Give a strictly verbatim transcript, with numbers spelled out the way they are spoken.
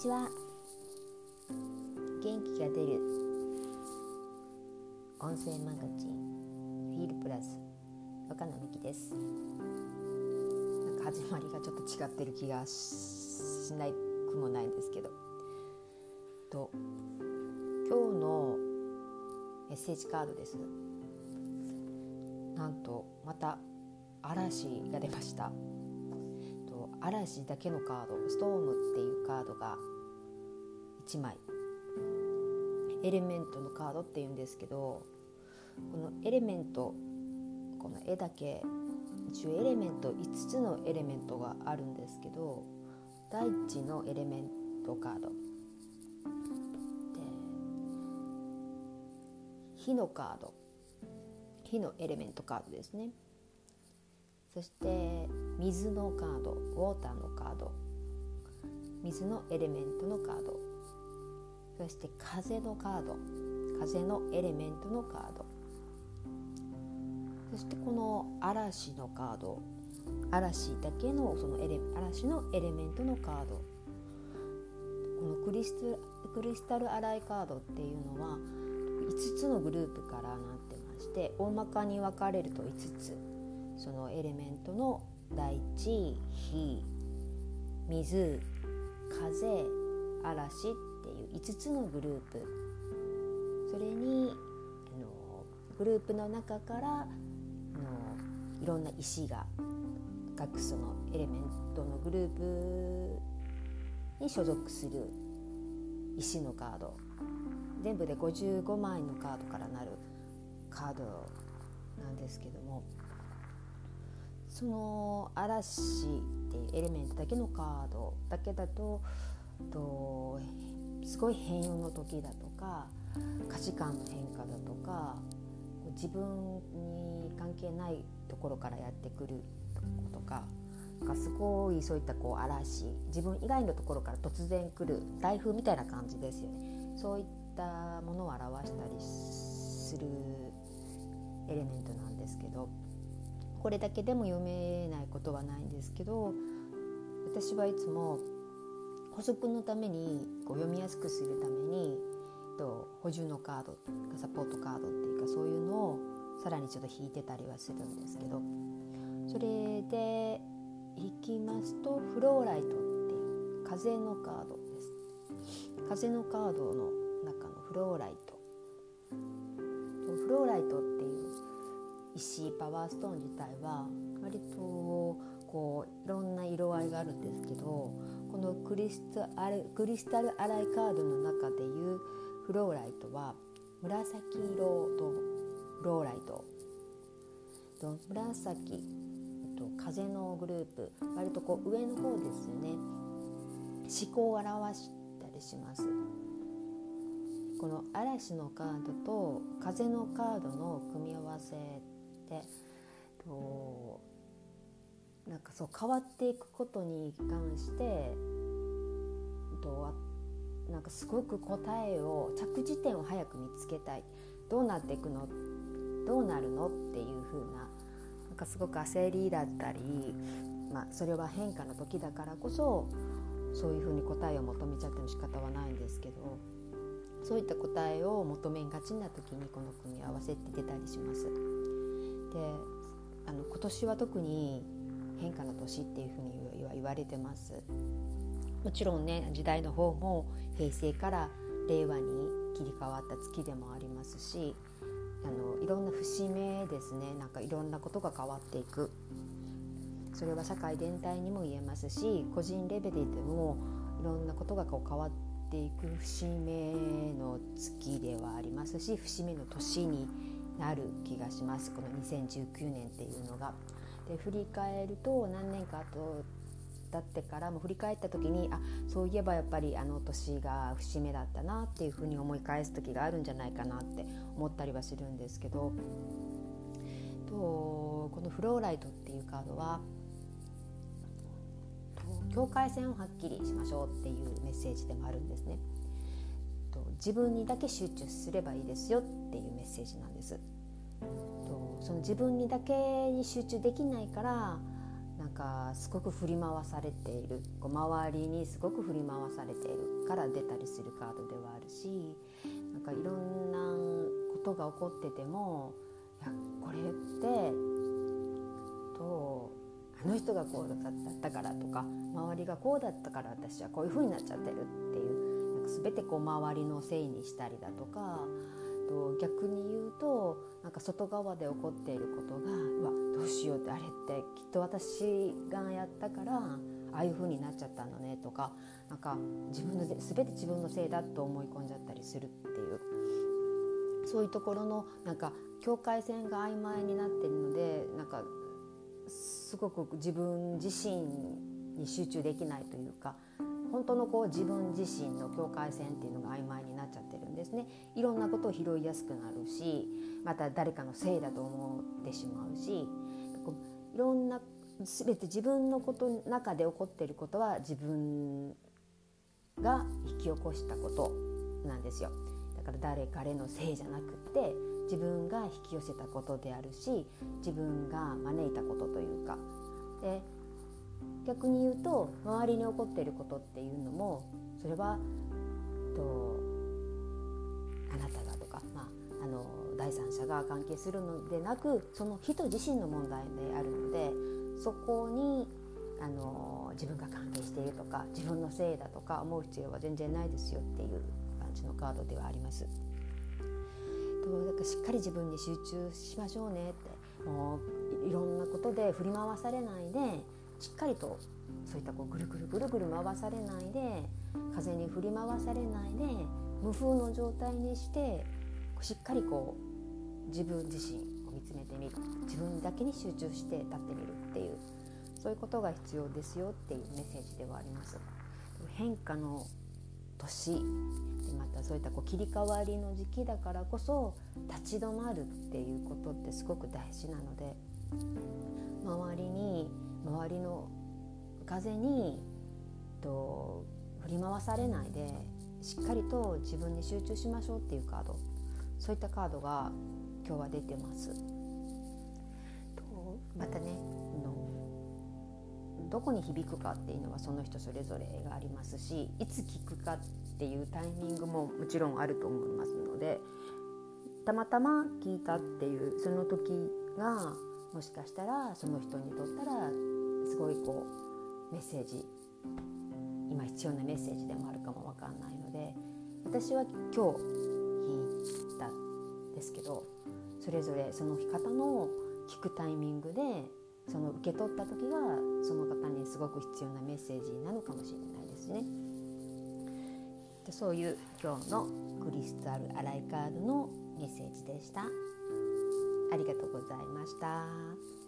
ちは。元気が出る音声マガジンフィールプラス若野美希です。なんか始まりがちょっと違ってる気が し, しないくもないんですけどと今日のメッセージカードです。なんとまた嵐が出ました。と嵐だけのカード、ストームっていうカードがいちまい、エレメントのカードっていうんですけど、このエレメント、この絵だけ一応エレメントいつつのエレメントがあるんですけど、大地のエレメントカードで、火のカード、火のエレメントカードですね。そして水のカード、ウォーターのカード、水のエレメントのカード、そして風のカード、風のエレメントのカード、そしてこの嵐のカード、嵐だけのそのエレ嵐のエレメントのカード、このクリスタ、クリスタルアライカードっていうのはいつつのグループからなってまして、大まかに分かれるといつつ、そのエレメントの大地、火、水、風、嵐っていういつつのグループ、それにあのグループの中からあのいろんな石が各そのエレメントのグループに所属する石のカード、全部でごじゅうごまいのカードからなるカードなんですけども、その嵐っていうエレメントだけのカードだけだと、とすごい変容の時だとか、価値観の変化だとか、自分に関係ないところからやってくるとか、なんかすごいそういったこう嵐、自分以外のところから突然来る台風みたいな感じですよね。そういったものを表したりするエレメントなんですけど、これだけでも読めないことはないんですけど、私はいつも補足のためにこう読みやすくするためにと補充のカード、サポートカードっていうか、そういうのをさらにちょっと引いてたりはするんですけど、それで引きますとフローライトっていう風のカードです。風のカードの中のフローライト、フローライトっていう石、パワーストーン自体は割とこういろんな色合いがあるんですけど、このクリスタル、クリスタルアライカードの中でいうフローライトは紫色のフローライトと、紫と風のグループ、割とこう上の方ですよね。思考を表したりします。この嵐のカードと風のカードの組み合わせで、となんかそう変わっていくことに関してと、なんかすごく答えを、着地点を早く見つけたい、どうなっていくの、どうなるのっていう風な、なんかすごく焦りだったり、まあ、それは変化の時だからこそそういう風に答えを求めちゃっても仕方はないんですけど、そういった答えを求めがちな時にこの組み合わせって出たりします。で、あの今年は特に変化の年っていう風には言われてます。もちろんね、時代の方も平成から令和に切り替わった月でもありますし、あのいろんな節目ですね、なんかいろんなことが変わっていく、それは社会全体にも言えますし、個人レベルでもいろんなことがこう変わっていく節目の月ではありますし、節目の年になる気がします、このにせんじゅうきゅうねんっていうのが。で、振り返ると何年か後だってからも振り返った時に、あ、そういえばやっぱりあの年が節目だったなっていうふうに思い返す時があるんじゃないかなって思ったりはするんですけど、とこのフローライトっていうカードは、境界線をはっきりしましょうっていうメッセージでもあるんですね。と自分にだけ集中すればいいですよっていうメッセージなんです。とその自分にだけに集中できないから、 なんかすごく振り回されている、こう周りにすごく振り回されているから出たりするカードではあるし、なんかいろんなことが起こってても、いやこれってとあの人がこうだったからとか、周りがこうだったから私はこういう風になっちゃってるっていう、なんか全てこう周りのせいにしたりだとか、と逆に言うとなんか外側で起こっていることが、うわどうしようって、あれってきっと私がやったからああいう風になっちゃったのねとか、なんか自分の全て自分のせいだと思い込んじゃったりするっていう、そういうところのなんか境界線が曖昧になっているので、なんかすごく自分自身に集中できないというか、本当のこう自分自身の境界線っていうのが曖昧になっちゃってるんですね。いろんなことを拾いやすくなるし、また誰かのせいだと思ってしまうし、いろんな全て自分のことの中で起こっていることは自分が引き起こしたことなんですよ。だから誰彼のせいじゃなくって自分が引き寄せたことであるし、自分が招いたことというかで、逆に言うと周りに起こっていることっていうのも、それはとあなたがとか、まあ、あの第三者が関係するのでなく、その人自身の問題であるので、そこにあの自分が関係しているとか自分のせいだとか思う必要は全然ないですよっていう感じのカードではあります。とだからしっかり自分に集中しましょうねって、もういろんなことで振り回されないで、しっかりとそういったこうぐるぐるぐるぐる回されないで、風に振り回されないで無風の状態にして、しっかりこう自分自身を見つめてみる、自分だけに集中して立ってみるっていう、そういうことが必要ですよっていうメッセージではあります。変化の年で、またそういったこう切り替わりの時期だからこそ立ち止まるっていうことってすごく大事なので、周りに周りの風にと振り回されないで、しっかりと自分に集中しましょうっていうカード、そういったカードが今日は出てます。とまたねのどこに響くかっていうのはその人それぞれがありますし、いつ聞くかっていうタイミングももちろんあると思いますので、たまたま聞いたっていうその時がもしかしたらその人にとったらすごいこうメッセージ、今必要なメッセージでもあるかもわかんないので、私は今日聞いたんですけど、それぞれその方の聞くタイミングでその受け取った時がその方にすごく必要なメッセージなのかもしれないですね。でそういう今日のクリスタルアライカードのメッセージでした。ありがとうございました。